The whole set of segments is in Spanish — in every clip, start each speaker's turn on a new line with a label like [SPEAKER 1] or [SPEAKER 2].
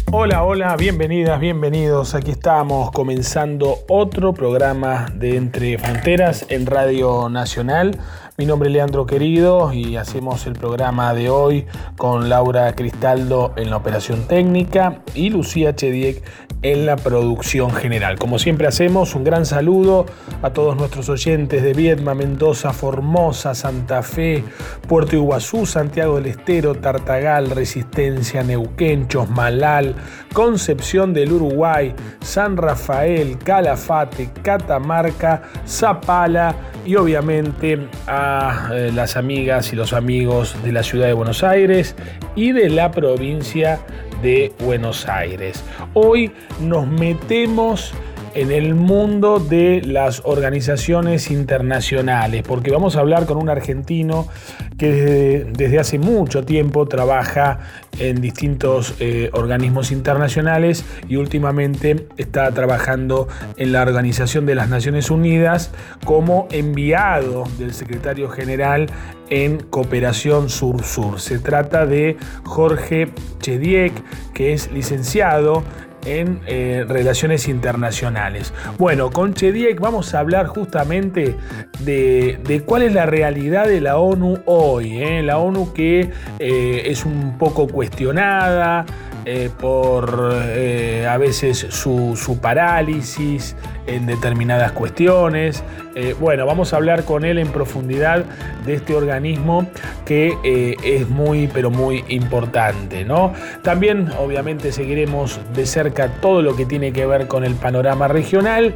[SPEAKER 1] Hola, hola, bienvenidas, bienvenidos. Aquí estamos comenzando otro programa de Entre Fronteras en Radio Nacional. Mi nombre es Leandro Querido y hacemos el programa de hoy con Laura Cristaldo en la operación técnica y Lucía Chediek en la producción general. Como siempre hacemos, un gran saludo a todos nuestros oyentes de Viedma, Mendoza, Formosa, Santa Fe, Puerto Iguazú, Santiago del Estero, Tartagal, Resistencia, Neuquén, Chosmalal, Concepción del Uruguay, San Rafael, Calafate, Catamarca, Zapala y obviamente a las amigas y los amigos de la ciudad de Buenos Aires y de la provincia de Buenos Aires. Hoy nos metemos en el mundo de las organizaciones internacionales, porque vamos a hablar con un argentino que desde hace mucho tiempo trabaja en distintos organismos internacionales y últimamente está trabajando en la Organización de las Naciones Unidas como enviado del secretario general en Cooperación Sur-Sur. Se trata de Jorge Chediek, que es licenciado en Relaciones Internacionales. Bueno, con Chediek vamos a hablar justamente de cuál es la realidad de la ONU hoy. La ONU que es un poco cuestionada por a veces su parálisis en determinadas cuestiones. Bueno, vamos a hablar con él en profundidad de este organismo que es muy, pero muy importante, ¿no? También, obviamente, seguiremos de cerca todo lo que tiene que ver con el panorama regional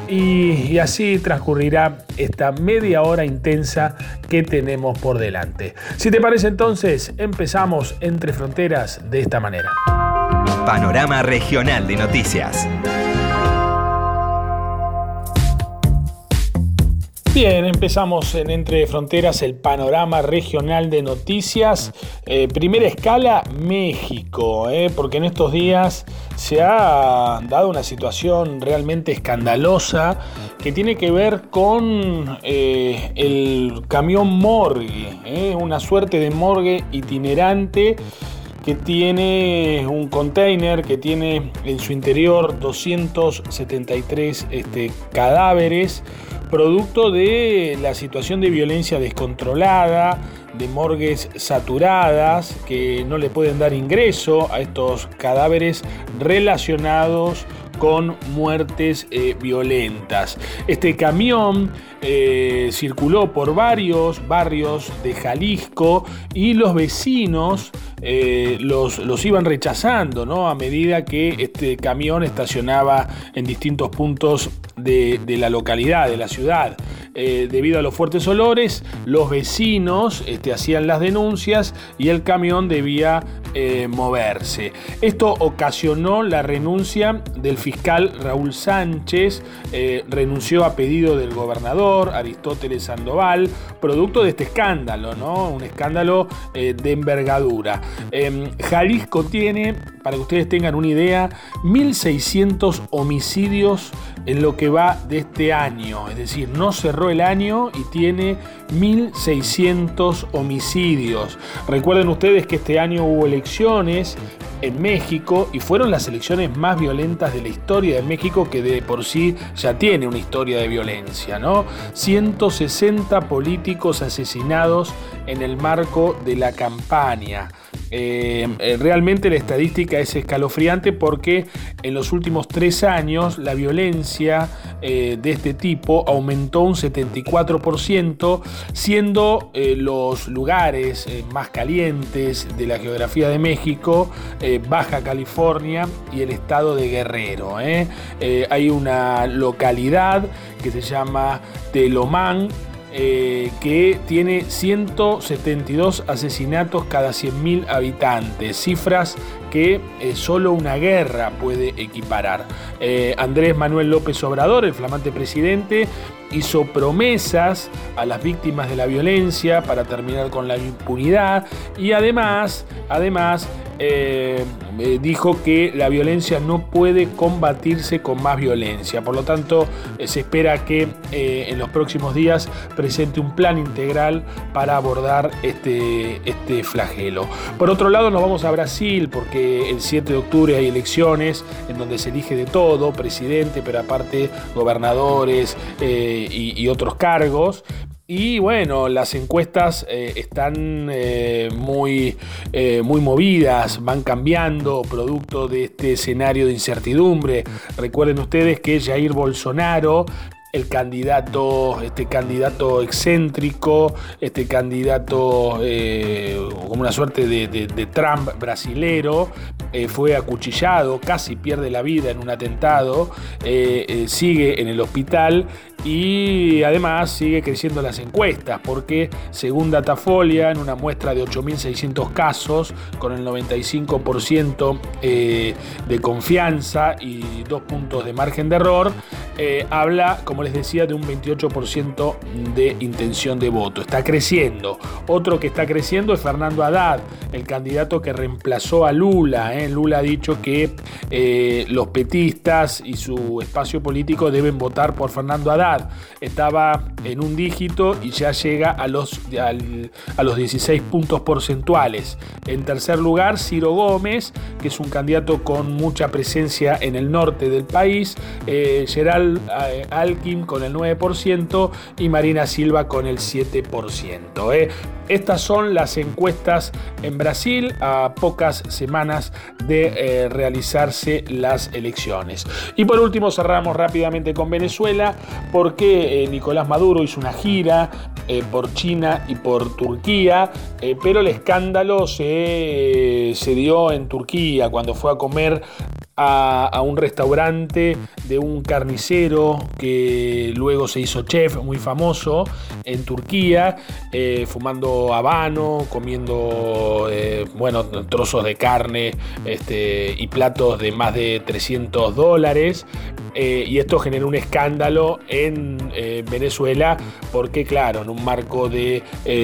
[SPEAKER 1] y así transcurrirá esta media hora intensa que tenemos por delante. Si te parece, entonces, empezamos Entre Fronteras de esta manera.
[SPEAKER 2] Panorama Regional de Noticias.
[SPEAKER 1] Bien, empezamos en Entre Fronteras el panorama regional de noticias. Primera escala, México, porque en estos días se ha dado una situación realmente escandalosa que tiene que ver con el camión morgue, una suerte de morgue itinerante que tiene un container que tiene en su interior 273 cadáveres, producto de la situación de violencia descontrolada, de morgues saturadas que no le pueden dar ingreso a estos cadáveres relacionados con muertes violentas. Este camión circuló por varios barrios de Jalisco y los vecinos los iban rechazando, ¿no? A medida que este camión estacionaba en distintos puntos de la localidad, de la ciudad. Debido a los fuertes olores, los vecinos hacían las denuncias y el camión debía moverse. Esto ocasionó la renuncia del fiscal Raúl Sánchez, renunció a pedido del gobernador Aristóteles Sandoval, producto de este escándalo, ¿no? Un escándalo de envergadura. Jalisco tiene, para que ustedes tengan una idea, 1.600 homicidios en lo que va de este año. Es decir, no cerró el año y tiene 1.600 homicidios. Recuerden ustedes que este año hubo elecciones en México y fueron las elecciones más violentas de la historia de México, que de por sí ya tiene una historia de violencia, ¿no? 160 políticos asesinados en el marco de la campaña. Realmente la estadística es escalofriante porque en los últimos 3 años la violencia de este tipo aumentó un 74%, siendo los lugares más calientes de la geografía de México Baja California y el estado de Guerrero. Hay una localidad que se llama Telomán, que tiene 172 asesinatos cada 100.000 habitantes, cifras que solo una guerra puede equiparar. Andrés Manuel López Obrador, el flamante presidente, hizo promesas a las víctimas de la violencia para terminar con la impunidad y además dijo que la violencia no puede combatirse con más violencia. Por lo tanto, se espera que en los próximos días presente un plan integral para abordar este flagelo. Por otro lado, nos vamos a Brasil porque el 7 de octubre hay elecciones en donde se elige de todo, presidente, pero aparte gobernadores y otros cargos. Y bueno, las encuestas están muy movidas, van cambiando producto de este escenario de incertidumbre. Recuerden ustedes que Jair Bolsonaro, este candidato excéntrico, este candidato como una suerte de Trump brasilero, fue acuchillado, casi pierde la vida en un atentado, sigue en el hospital y además sigue creciendo las encuestas porque según Datafolia, en una muestra de 8.600 casos con el 95% de confianza y 2 puntos de margen de error, habla, como les decía, de un 28% de intención de voto. Está creciendo. Otro que está creciendo es Fernando Haddad, el candidato que reemplazó a Lula. Lula ha dicho que los petistas y su espacio político deben votar por Fernando Haddad. Estaba en un dígito y ya llega a los 16 puntos porcentuales. En tercer lugar, Ciro Gómez, que es un candidato con mucha presencia en el norte del país, Gerald Alckmin con el 9% y Marina Silva con el 7%. Estas son las encuestas en Brasil a pocas semanas de realizarse las elecciones. Y por último cerramos rápidamente con Venezuela porque Nicolás Maduro hizo una gira por China y por Turquía, pero el escándalo se dio en Turquía cuando fue a comer a un restaurante de un carnicero que luego se hizo chef muy famoso en Turquía, fumando habano, comiendo trozos de carne y platos de más de $300, y esto generó un escándalo en Venezuela porque claro, en un marco de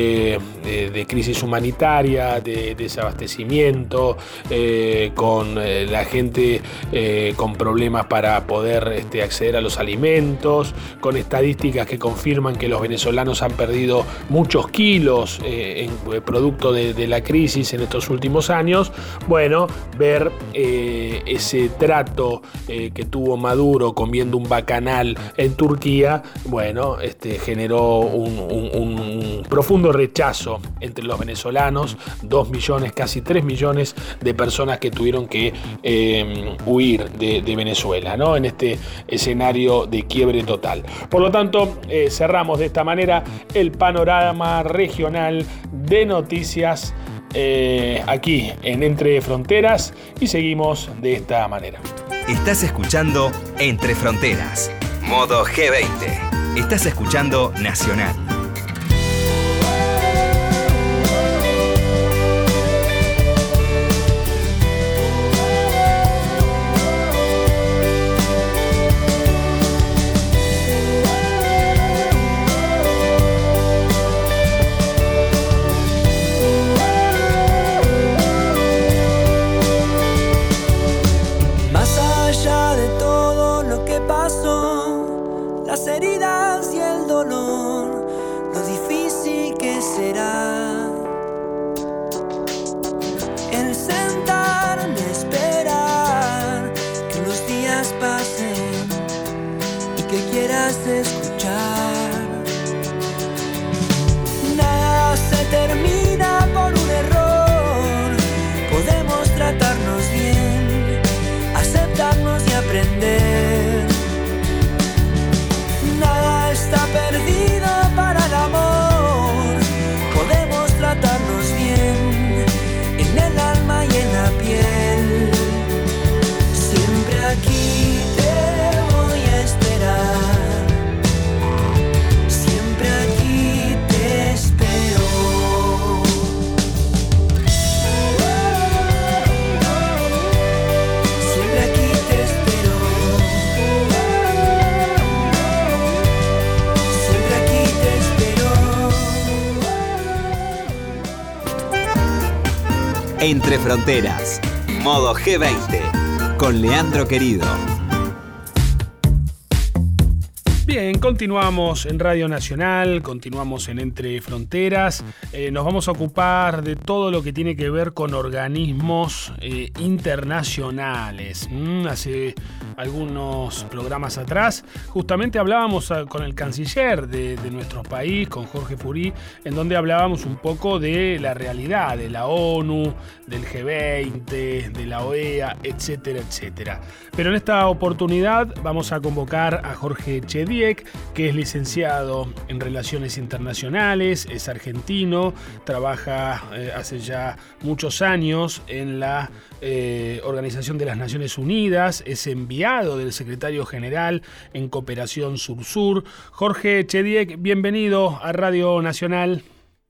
[SPEAKER 1] crisis humanitaria, de desabastecimiento, con la gente con problemas para poder acceder a los alimentos, con estadísticas que confirman que los venezolanos han perdido muchos kilos producto de la crisis en estos últimos años. Bueno, ver ese trato que tuvo Maduro comiendo un bacanal en Turquía, generó un profundo rechazo entre los venezolanos, 2 millones, casi 3 millones de personas que tuvieron que huir de Venezuela, ¿no? En este escenario de quiebre total. Por lo tanto, cerramos de esta manera el panorama regional de noticias aquí en Entre Fronteras y seguimos de esta manera.
[SPEAKER 2] Estás escuchando Entre Fronteras, modo G20. Estás escuchando Nacional.
[SPEAKER 3] Las heridas y el dolor
[SPEAKER 2] Entre Fronteras, modo G20, con Leandro Querido.
[SPEAKER 1] Bien, continuamos en Radio Nacional, continuamos en Entre Fronteras. Nos vamos a ocupar de todo lo que tiene que ver con organismos internacionales. Hace algunos programas atrás, justamente hablábamos con el canciller de nuestro país, con Jorge Furí, en donde hablábamos un poco de la realidad de la ONU, del G20, de la OEA, etcétera, etcétera. Pero en esta oportunidad vamos a convocar a Jorge Chediek, que es licenciado en Relaciones Internacionales, es argentino, trabaja hace ya muchos años en la Organización de las Naciones Unidas, es enviado del secretario general en Cooperación Sur-Sur. Jorge Chediek, bienvenido a Radio Nacional.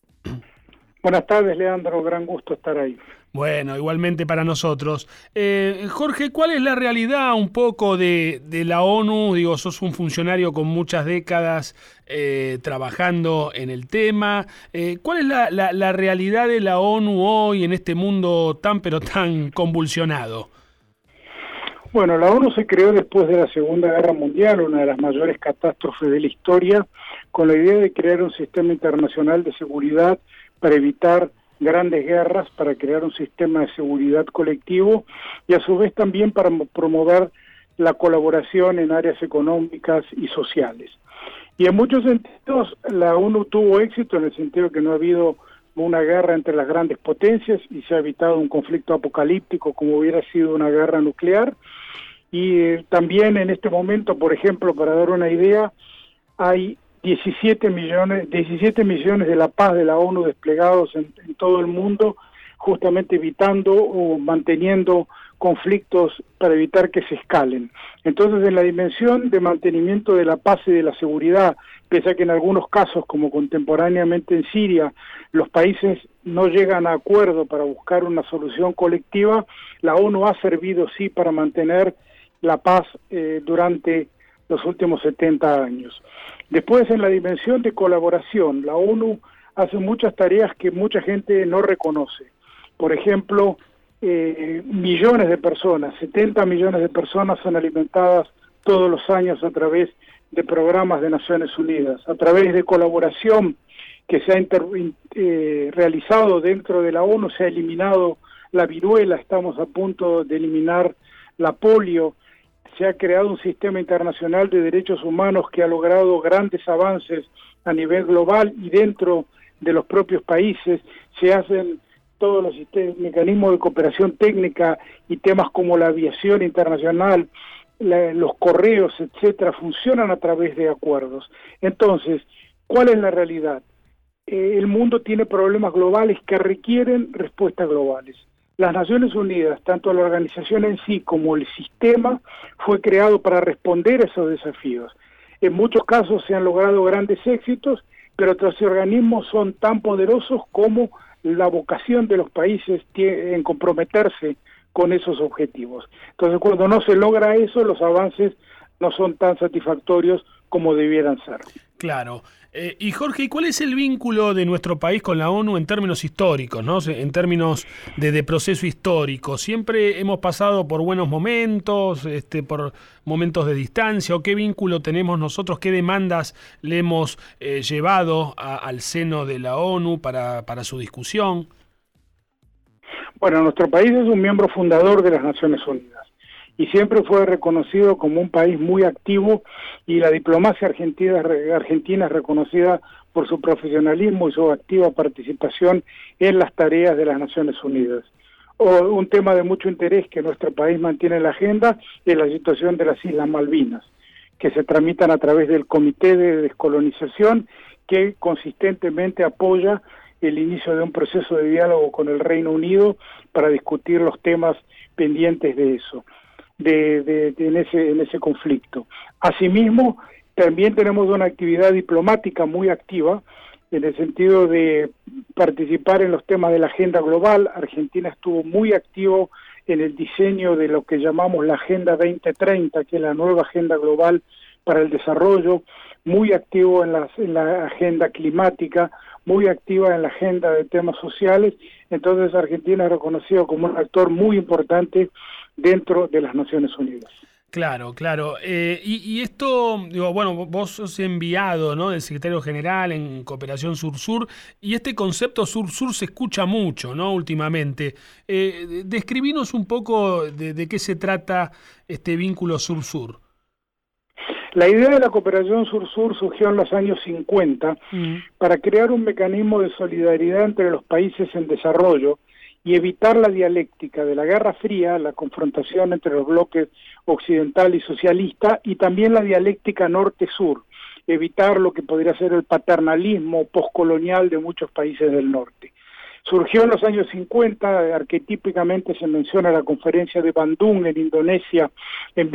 [SPEAKER 3] Buenas tardes, Leandro, gran gusto estar ahí.
[SPEAKER 1] Bueno, igualmente para nosotros. Jorge, ¿cuál es la realidad un poco de la ONU? Digo, sos un funcionario con muchas décadas trabajando en el tema. ¿Cuál es la realidad de la ONU hoy en este mundo tan pero tan convulsionado?
[SPEAKER 3] Bueno, la ONU se creó después de la Segunda Guerra Mundial, una de las mayores catástrofes de la historia, con la idea de crear un sistema internacional de seguridad para evitar grandes guerras, para crear un sistema de seguridad colectivo y a su vez también para promover la colaboración en áreas económicas y sociales. Y en muchos sentidos la ONU tuvo éxito en el sentido que no ha habido una guerra entre las grandes potencias y se ha evitado un conflicto apocalíptico como hubiera sido una guerra nuclear. Y también en este momento, por ejemplo, para dar una idea, hay 17 millones de la paz de la ONU desplegados en todo el mundo, justamente evitando o manteniendo conflictos para evitar que se escalen. Entonces, en la dimensión de mantenimiento de la paz y de la seguridad, pese a que en algunos casos, como contemporáneamente en Siria, los países no llegan a acuerdo para buscar una solución colectiva, la ONU ha servido sí para mantener la paz durante los últimos 70 años. Después, en la dimensión de colaboración, la ONU hace muchas tareas que mucha gente no reconoce. Por ejemplo, millones de personas, 70 millones de personas son alimentadas todos los años a través de programas de Naciones Unidas, a través de colaboración que se ha realizado dentro de la ONU, se ha eliminado la viruela, estamos a punto de eliminar la polio. Se ha creado un sistema internacional de derechos humanos que ha logrado grandes avances a nivel global y dentro de los propios países se hacen todos los mecanismos de cooperación técnica y temas como la aviación internacional, los correos, etcétera, funcionan a través de acuerdos. Entonces, ¿cuál es la realidad? El mundo tiene problemas globales que requieren respuestas globales. Las Naciones Unidas, tanto la organización en sí como el sistema, fue creado para responder a esos desafíos. En muchos casos se han logrado grandes éxitos, pero otros organismos son tan poderosos como la vocación de los países en comprometerse con esos objetivos. Entonces, cuando no se logra eso, los avances no son tan satisfactorios como debieran ser.
[SPEAKER 1] Claro. Y Jorge, ¿cuál es el vínculo de nuestro país con la ONU en términos históricos, ¿no? En términos de proceso histórico? ¿Siempre hemos pasado por buenos momentos, por momentos de distancia? ¿O qué vínculo tenemos nosotros? ¿Qué demandas le hemos llevado al seno de la ONU para su discusión?
[SPEAKER 3] Bueno, nuestro país es un miembro fundador de las Naciones Unidas y siempre fue reconocido como un país muy activo y la diplomacia argentina es reconocida por su profesionalismo y su activa participación en las tareas de las Naciones Unidas. Un tema de mucho interés que nuestro país mantiene en la agenda es la situación de las Islas Malvinas, que se tramitan a través del Comité de Descolonización, que consistentemente apoya el inicio de un proceso de diálogo con el Reino Unido para discutir los temas pendientes de eso. En ese conflicto. Asimismo, también tenemos una actividad diplomática muy activa en el sentido de participar en los temas de la agenda global. Argentina estuvo muy activo en el diseño de lo que llamamos la Agenda 2030, que es la nueva agenda global para el desarrollo, muy activo en la agenda climática, muy activa en la agenda de temas sociales. Entonces Argentina es reconocido como un actor muy importante dentro de las Naciones Unidas.
[SPEAKER 1] Claro, claro. Y esto, digo, bueno, vos sos enviado, ¿no?, del secretario general en Cooperación Sur-Sur, y este concepto Sur-Sur se escucha mucho, ¿no?, últimamente. Describinos un poco de qué se trata este vínculo Sur-Sur.
[SPEAKER 3] La idea de la cooperación Sur-Sur surgió en los años 50 para crear un mecanismo de solidaridad entre los países en desarrollo y evitar la dialéctica de la Guerra Fría, la confrontación entre los bloques occidental y socialista, y también la dialéctica norte-sur, evitar lo que podría ser el paternalismo postcolonial de muchos países del norte. Surgió en los años 50, arquetípicamente se menciona la conferencia de Bandung en Indonesia en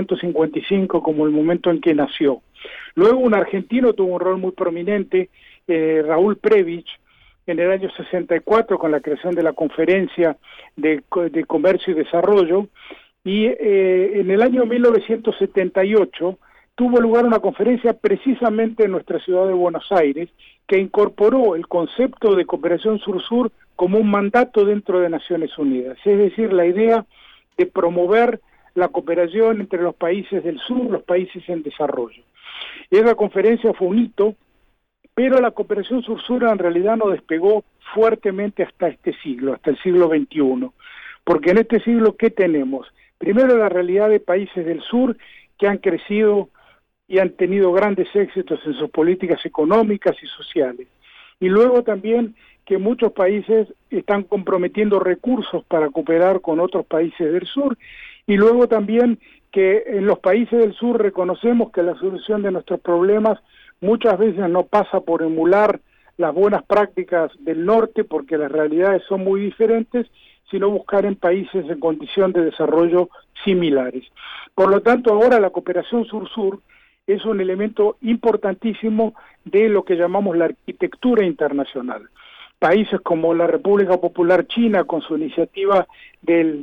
[SPEAKER 3] 1955 como el momento en que nació. Luego un argentino tuvo un rol muy prominente, Raúl Prebisch, en el año 64 con la creación de la Conferencia de Comercio y Desarrollo, y en el año 1978 tuvo lugar una conferencia precisamente en nuestra ciudad de Buenos Aires que incorporó el concepto de cooperación sur-sur como un mandato dentro de Naciones Unidas, es decir, la idea de promover la cooperación entre los países del sur, los países en desarrollo. Esa conferencia fue un hito, pero la cooperación sur-sur en realidad no despegó fuertemente hasta este siglo, hasta el siglo XXI, porque en este siglo, ¿qué tenemos? Primero, la realidad de países del sur que han crecido y han tenido grandes éxitos en sus políticas económicas y sociales. Y luego también que muchos países están comprometiendo recursos para cooperar con otros países del sur, y luego también que en los países del sur reconocemos que la solución de nuestros problemas muchas veces no pasa por emular las buenas prácticas del norte, porque las realidades son muy diferentes, sino buscar en países en condición de desarrollo similares. Por lo tanto, ahora la cooperación sur-sur es un elemento importantísimo de lo que llamamos la arquitectura internacional. Países como la República Popular China, con su iniciativa del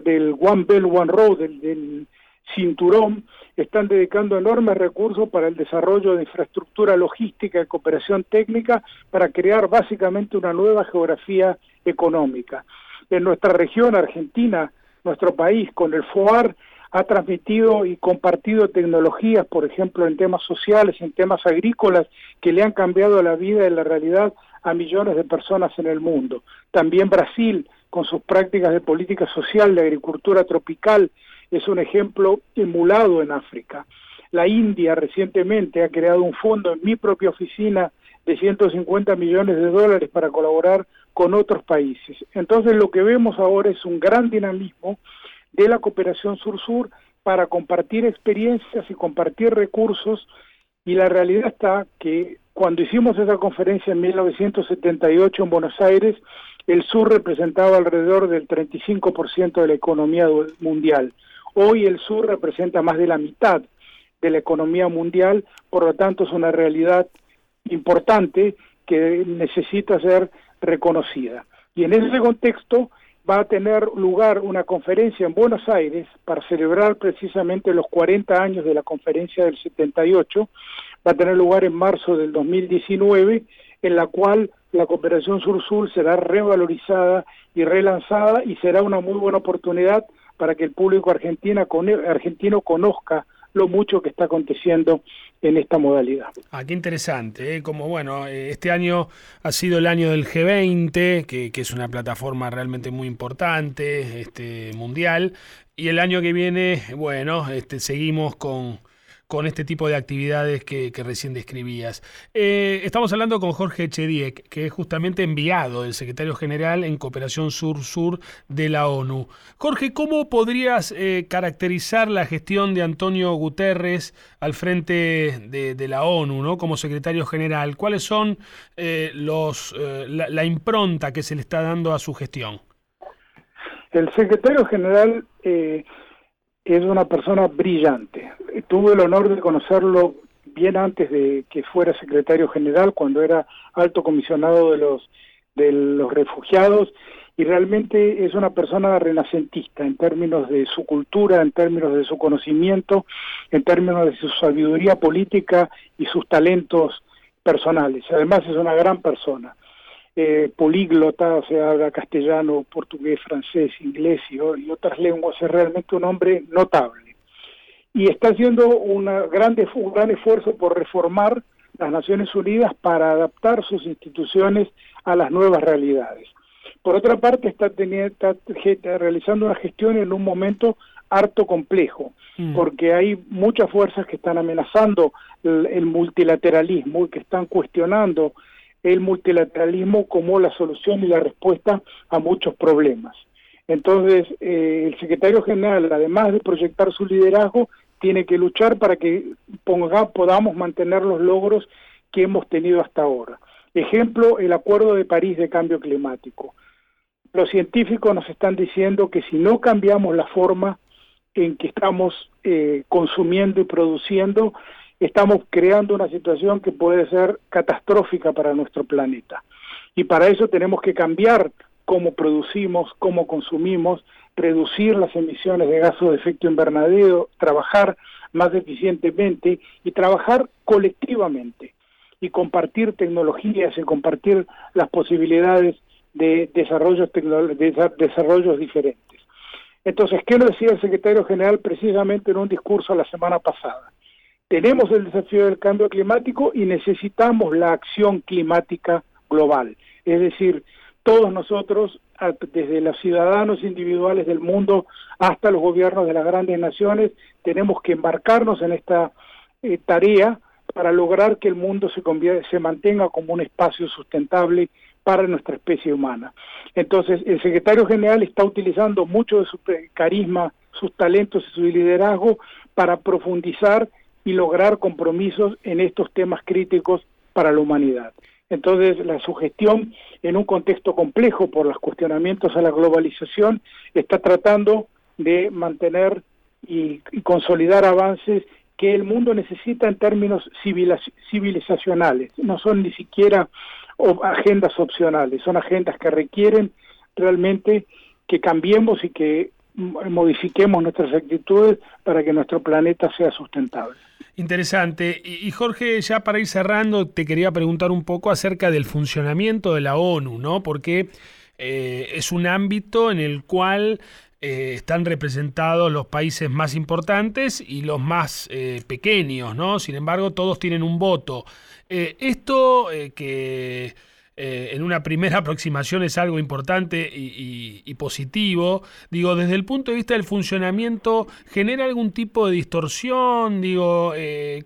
[SPEAKER 3] One Belt, One Road, del cinturón, están dedicando enormes recursos para el desarrollo de infraestructura logística y cooperación técnica para crear básicamente una nueva geografía económica. En nuestra región, Argentina, nuestro país, con el FOAR, ha transmitido y compartido tecnologías, por ejemplo, en temas sociales, en temas agrícolas, que le han cambiado la vida y la realidad a millones de personas en el mundo. También Brasil, con sus prácticas de política social, de agricultura tropical, es un ejemplo emulado en África. La India recientemente ha creado un fondo en mi propia oficina de 150 millones de dólares para colaborar con otros países. Entonces lo que vemos ahora es un gran dinamismo de la cooperación sur-sur para compartir experiencias y compartir recursos, y la realidad está que cuando hicimos esa conferencia en 1978 en Buenos Aires, el sur representaba alrededor del 35% de la economía mundial. Hoy el sur representa más de la mitad de la economía mundial, por lo tanto es una realidad importante que necesita ser reconocida. Y en ese contexto va a tener lugar una conferencia en Buenos Aires para celebrar precisamente los 40 años de la conferencia del 78, va a tener lugar en marzo del 2019, en la cual la cooperación sur-sur será revalorizada y relanzada, y será una muy buena oportunidad para que el público argentino conozca lo mucho que está aconteciendo en esta modalidad.
[SPEAKER 1] Qué interesante, como bueno, este año ha sido el año del G20, que es una plataforma realmente muy importante, mundial, y el año que viene, bueno, seguimos con este tipo de actividades que recién describías. Estamos hablando con Jorge Echediek, que es justamente enviado del secretario general en Cooperación Sur-Sur de la ONU. Jorge, ¿cómo podrías caracterizar la gestión de Antonio Guterres al frente de la ONU, ¿no?, como secretario general? ¿Cuáles son la impronta que se le está dando a su gestión?
[SPEAKER 3] El secretario general es una persona brillante. Tuve el honor de conocerlo bien antes de que fuera secretario general, cuando era alto comisionado de los refugiados, y realmente es una persona renacentista en términos de su cultura, en términos de su conocimiento, en términos de su sabiduría política y sus talentos personales. Además es una gran persona, políglota, o sea, habla castellano, portugués, francés, inglés y otras lenguas. Es realmente un hombre notable. Y está haciendo un gran esfuerzo por reformar las Naciones Unidas para adaptar sus instituciones a las nuevas realidades. Por otra parte, está realizando una gestión en un momento harto complejo, porque hay muchas fuerzas que están amenazando el multilateralismo y que están cuestionando el multilateralismo como la solución y la respuesta a muchos problemas. Entonces, el secretario general, además de proyectar su liderazgo, tiene que luchar para que podamos mantener los logros que hemos tenido hasta ahora. Ejemplo, el Acuerdo de París de Cambio Climático. Los científicos nos están diciendo que si no cambiamos la forma en que estamos consumiendo y produciendo, estamos creando una situación que puede ser catastrófica para nuestro planeta. Y para eso tenemos que cambiar cómo producimos, cómo consumimos, reducir las emisiones de gases de efecto invernadero, trabajar más eficientemente y trabajar colectivamente y compartir tecnologías y compartir las posibilidades de desarrollos diferentes. Entonces, ¿qué nos decía el secretario general precisamente en un discurso la semana pasada? Tenemos el desafío del cambio climático y necesitamos la acción climática global. Es decir, todos nosotros, desde los ciudadanos individuales del mundo hasta los gobiernos de las grandes naciones, tenemos que embarcarnos en esta tarea para lograr que el mundo se mantenga como un espacio sustentable para nuestra especie humana. Entonces, el secretario general está utilizando mucho de su carisma, sus talentos y su liderazgo para profundizar y lograr compromisos en estos temas críticos para la humanidad. Entonces, la sugestión, en un contexto complejo por los cuestionamientos a la globalización, está tratando de mantener y consolidar avances que el mundo necesita en términos civilizacionales. No son ni siquiera agendas opcionales, son agendas que requieren realmente que cambiemos y que modifiquemos nuestras actitudes para que nuestro planeta sea sustentable.
[SPEAKER 1] Interesante. Y Jorge, ya para ir cerrando, te quería preguntar un poco acerca del funcionamiento de la ONU, ¿no? Porque es un ámbito en el cual están representados los países más importantes y los más pequeños, ¿no? Sin embargo, todos tienen un voto. Esto que en una primera aproximación es algo importante y positivo, digo, desde el punto de vista del funcionamiento, ¿genera algún tipo de distorsión? Digo,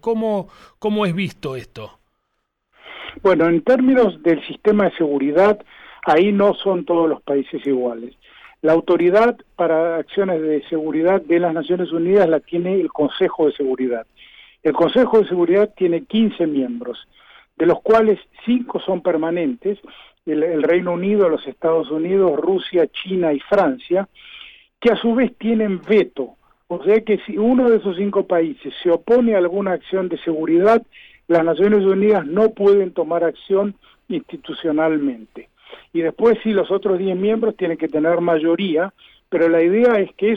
[SPEAKER 1] ¿cómo es visto esto?
[SPEAKER 3] Bueno, en términos del sistema de seguridad, ahí no son todos los países iguales. La autoridad para acciones de seguridad de las Naciones Unidas la tiene el Consejo de Seguridad. El Consejo de Seguridad tiene 15 miembros, de los cuales 5 son permanentes, el Reino Unido, los Estados Unidos, Rusia, China y Francia, que a su vez tienen veto. O sea que si uno de esos 5 países se opone a alguna acción de seguridad, las Naciones Unidas no pueden tomar acción institucionalmente. Y después sí, los otros 10 miembros tienen que tener mayoría, pero la idea es que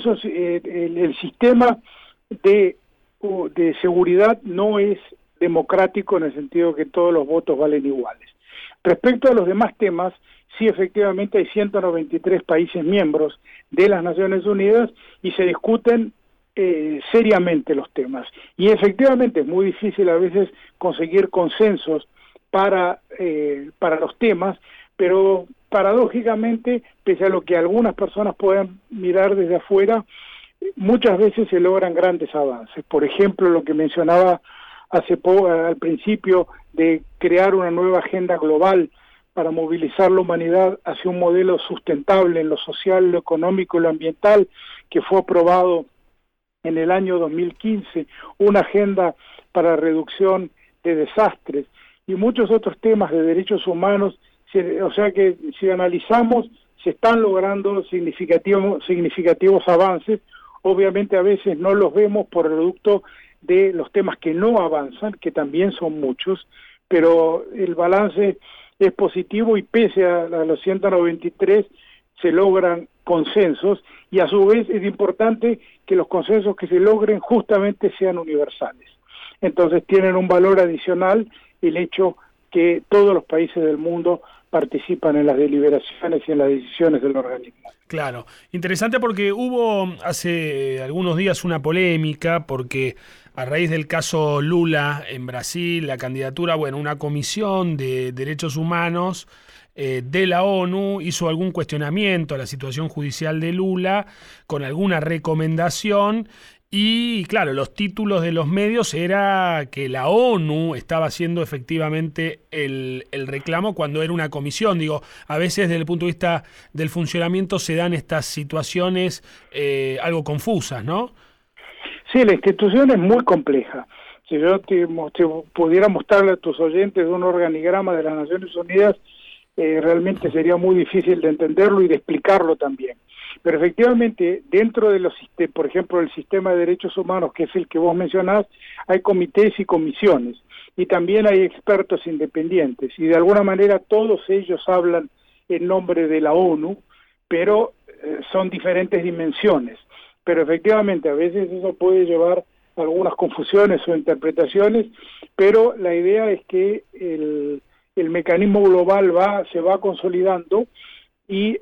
[SPEAKER 3] el sistema de seguridad no es democrático en el sentido que todos los votos valen iguales. Respecto a los demás temas, sí, efectivamente hay 193 países miembros de las Naciones Unidas y se discuten seriamente los temas. Y efectivamente es muy difícil a veces conseguir consensos para los temas, pero paradójicamente, pese a lo que algunas personas puedan mirar desde afuera, muchas veces se logran grandes avances. Por ejemplo, lo que mencionaba al principio de crear una nueva agenda global para movilizar la humanidad hacia un modelo sustentable en lo social, lo económico y lo ambiental, que fue aprobado en el año 2015, una agenda para reducción de desastres y muchos otros temas de derechos humanos. O sea que si analizamos, se están logrando significativos avances. Obviamente a veces no los vemos por producto de los temas que no avanzan, que también son muchos, pero el balance es positivo y pese a los 193 se logran consensos y a su vez es importante que los consensos que se logren justamente sean universales. Entonces tienen un valor adicional el hecho que todos los países del mundo participan en las deliberaciones y en las decisiones del organismo.
[SPEAKER 1] Claro, interesante porque hubo hace algunos días una polémica porque a raíz del caso Lula en Brasil, la candidatura, una comisión de derechos humanos de la ONU hizo algún cuestionamiento a la situación judicial de Lula con alguna recomendación. Y claro, los títulos de los medios era que la ONU estaba haciendo efectivamente el reclamo cuando era una comisión. Digo, a veces desde el punto de vista del funcionamiento se dan estas situaciones algo confusas, ¿no?
[SPEAKER 3] Sí, la institución es muy compleja. Si yo te pudiera mostrarle a tus oyentes un organigrama de las Naciones Unidas, realmente sería muy difícil de entenderlo y de explicarlo también. Pero efectivamente, dentro de por ejemplo, el sistema de derechos humanos, que es el que vos mencionás, hay comités y comisiones, y también hay expertos independientes, y de alguna manera todos ellos hablan en nombre de la ONU, pero son diferentes dimensiones. Pero efectivamente, a veces eso puede llevar a algunas confusiones o interpretaciones, pero la idea es que el mecanismo global se va consolidando y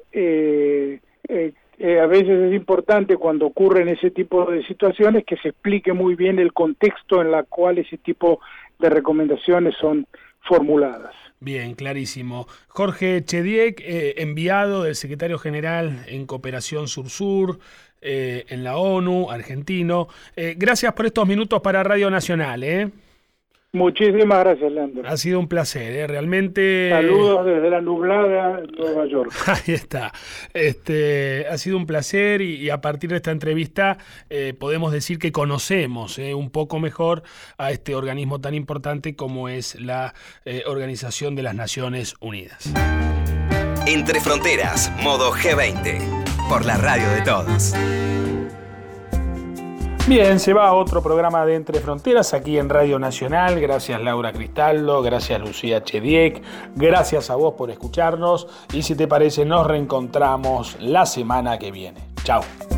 [SPEAKER 3] a veces es importante cuando ocurren ese tipo de situaciones que se explique muy bien el contexto en el cual ese tipo de recomendaciones son formuladas.
[SPEAKER 1] Bien, clarísimo. Jorge Chediek, enviado del secretario general en Cooperación Sur-Sur en la ONU, argentino. Gracias por estos minutos para Radio Nacional.
[SPEAKER 3] Muchísimas gracias, Leandro.
[SPEAKER 1] Ha sido un placer, realmente.
[SPEAKER 3] Saludos desde la nublada Nueva York.
[SPEAKER 1] Ahí está. Ha sido un placer y a partir de esta entrevista podemos decir que conocemos un poco mejor a este organismo tan importante como es la Organización de las Naciones Unidas.
[SPEAKER 2] Entre Fronteras, modo G20, por la radio de todos.
[SPEAKER 1] Bien, se va a otro programa de Entre Fronteras aquí en Radio Nacional. Gracias Laura Cristaldo, gracias Lucía Chediek, gracias a vos por escucharnos y si te parece nos reencontramos la semana que viene. Chao.